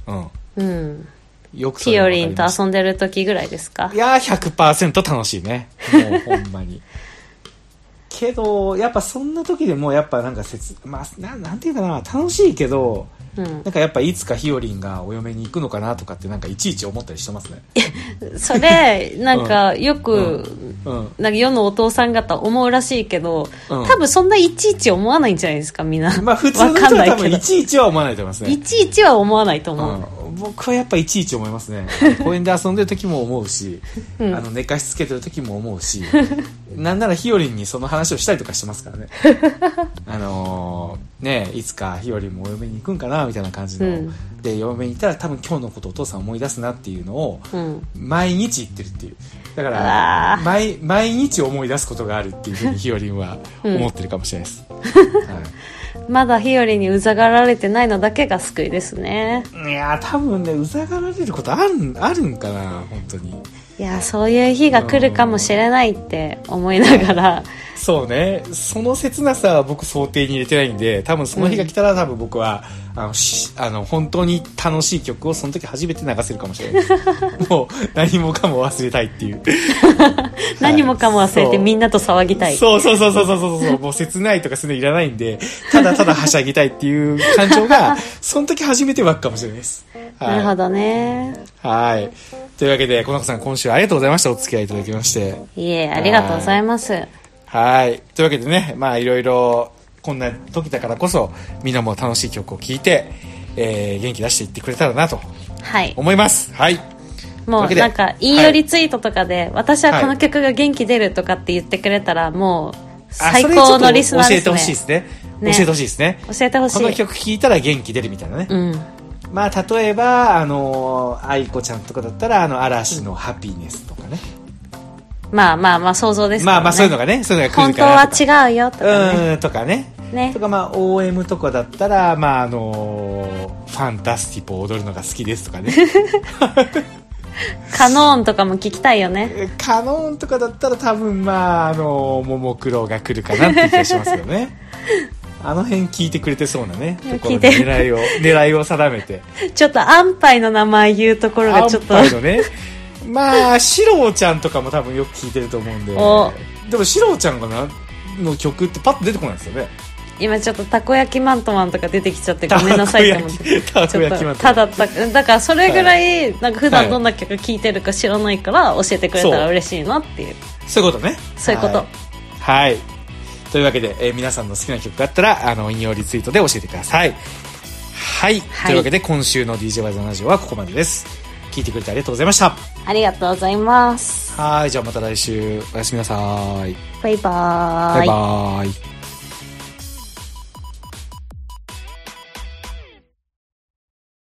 よくピオリンと遊んでる時ぐらいですか？ いやー 100% 楽しいね。もうほんまに。けどやっぱそんな時でもやっぱなんかなんていうかな、楽しいけど、なんかやっぱいつかひよりんがお嫁に行くのかなとかってなんかいちいち思ったりしてますね。 それなんかよく、なんか世のお父さん方思うらしいけど、多分そんないちいち思わないんじゃないですかみんな。 まあ普通の人は多分いちいちは思わないと思いますね。 いちいちは思わないと思う。 僕はやっぱいちいち思いますね。公園で遊んでる時も思うし、寝かしつけてる時も思うし、なんならひよりんにその話をしたりとかしてますからね。ね、いつかひよりんもお嫁に行くんかなみたいな感じの、で嫁に行ったら多分今日のことをお父さん思い出すなっていうのを、毎日言ってるっていう。だから毎日思い出すことがあるっていうふうにひよりんは思ってるかもしれないです。 まだひよりにうざがられてないのだけが救いですね。 いや多分ね、うざがられることあるんかな本当に。 いやそういう日が来るかもしれないって思いながら、 そうね、その切なさは僕想定に入れてないんで、多分その日が来たら多分僕は本当に楽しい曲をその時初めて流せるかもしれない。もう何もかも忘れたいっていう。 何もかも忘れてみんなと騒ぎたい。 そうもう切ないとかそういうのいらないんで、ただただはしゃぎたいっていう感情がその時初めて湧くかもしれないです。 なるほどね。 はい。というわけで、この子さん今週ありがとうございました。お付き合いいただきまして。 いえ、ありがとうございます。 はい。というわけでね、まあいろいろこんな時だからこそみんなも楽しい曲を聴いて、元気出していってくれたらなと思います。はい。 もうなんか引用リツイートとかで、私はこの曲が元気出るとかって言ってくれたらもう最高のリスナーですね。教えてほしいですね。教えてほしいですね。教えてほしい。この曲聴いたら元気出るみたいなね。まあ例えば愛子ちゃんとかだったら嵐のハピネスとかね。まあ想像ですからね。まあそういうのがね、そういうのが来るから。本当は違うよとかね。とかね。とかOM とかだったらファンタスティポを踊るのが好きですとかね。カノーンとかも聞きたいよね。カノーンとかだったら多分ももクロが来るかなって気がしますよね。あの辺聞いてくれてそうなね。聞いて狙いを定めて。ちょっとアンパイの名前言うところがちょっと。アンパイのね。まあシローちゃんとかも多分よく聞いてると思うんで。でもシローちゃんの曲ってパッと出てこないですよね。今ちょっとたこ焼きマントマンとか出てきちゃってごめんなさいと思って。たこ焼きマントマン。だからそれぐらいなんか普段どんな曲聴いてるか知らないから教えてくれたら嬉しいなっていう。そういうことね。そういうこと。はい。というわけで、皆さんの好きな曲があったら引用リツイートで教えてください。はい。というわけで今週の DJ ワイズのラジオはここまでです。聞いてくれてありがとうございました。ありがとうございます。はい。じゃあまた来週おやすみなさい。バイバーイ。バイバーイ。